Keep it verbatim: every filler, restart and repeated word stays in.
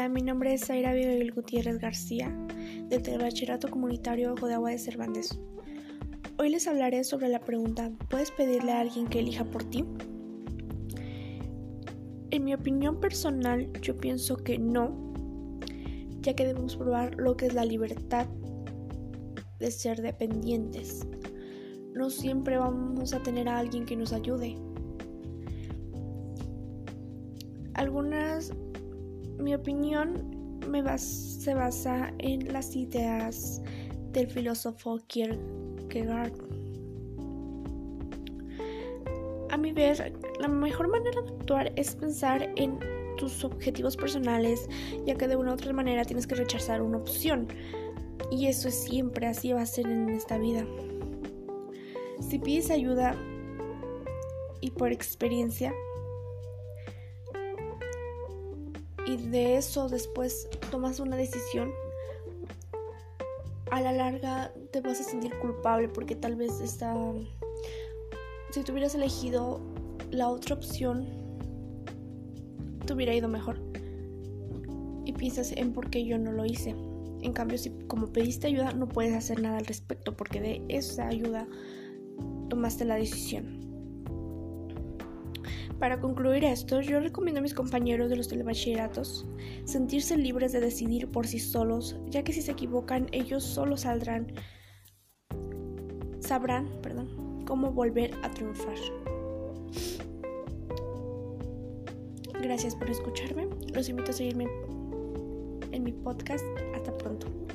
Hola, mi nombre es Zaira Abigail Gutiérrez García, del Telebachillerato Comunitario Ojo de Agua de Cervantes. Hoy les hablaré sobre la pregunta: ¿puedes pedirle a alguien que elija por ti? En mi opinión personal, yo pienso que no, ya que debemos probar lo que es la libertad de ser dependientes. No siempre vamos a tener a alguien que nos ayude. Algunas, mi opinión me bas, se basa en las ideas del filósofo Kierkegaard. A mi ver, la mejor manera de actuar es pensar en tus objetivos personales, ya que de una u otra manera tienes que rechazar una opción. Y eso es siempre, así va a ser en esta vida. Si pides ayuda y por experiencia, y de eso después tomas una decisión, a la larga te vas a sentir culpable porque tal vez esta, si tú hubieras elegido la otra opción, te hubiera ido mejor. Y piensas en por qué yo no lo hice. En cambio, si como pediste ayuda, no puedes hacer nada al respecto porque de esa ayuda tomaste la decisión. Para concluir esto, yo recomiendo a mis compañeros de los telebachilleratos sentirse libres de decidir por sí solos, ya que si se equivocan, ellos solos saldrán, sabrán, perdón, cómo volver a triunfar. Gracias por escucharme. Los invito a seguirme en mi podcast. Hasta pronto.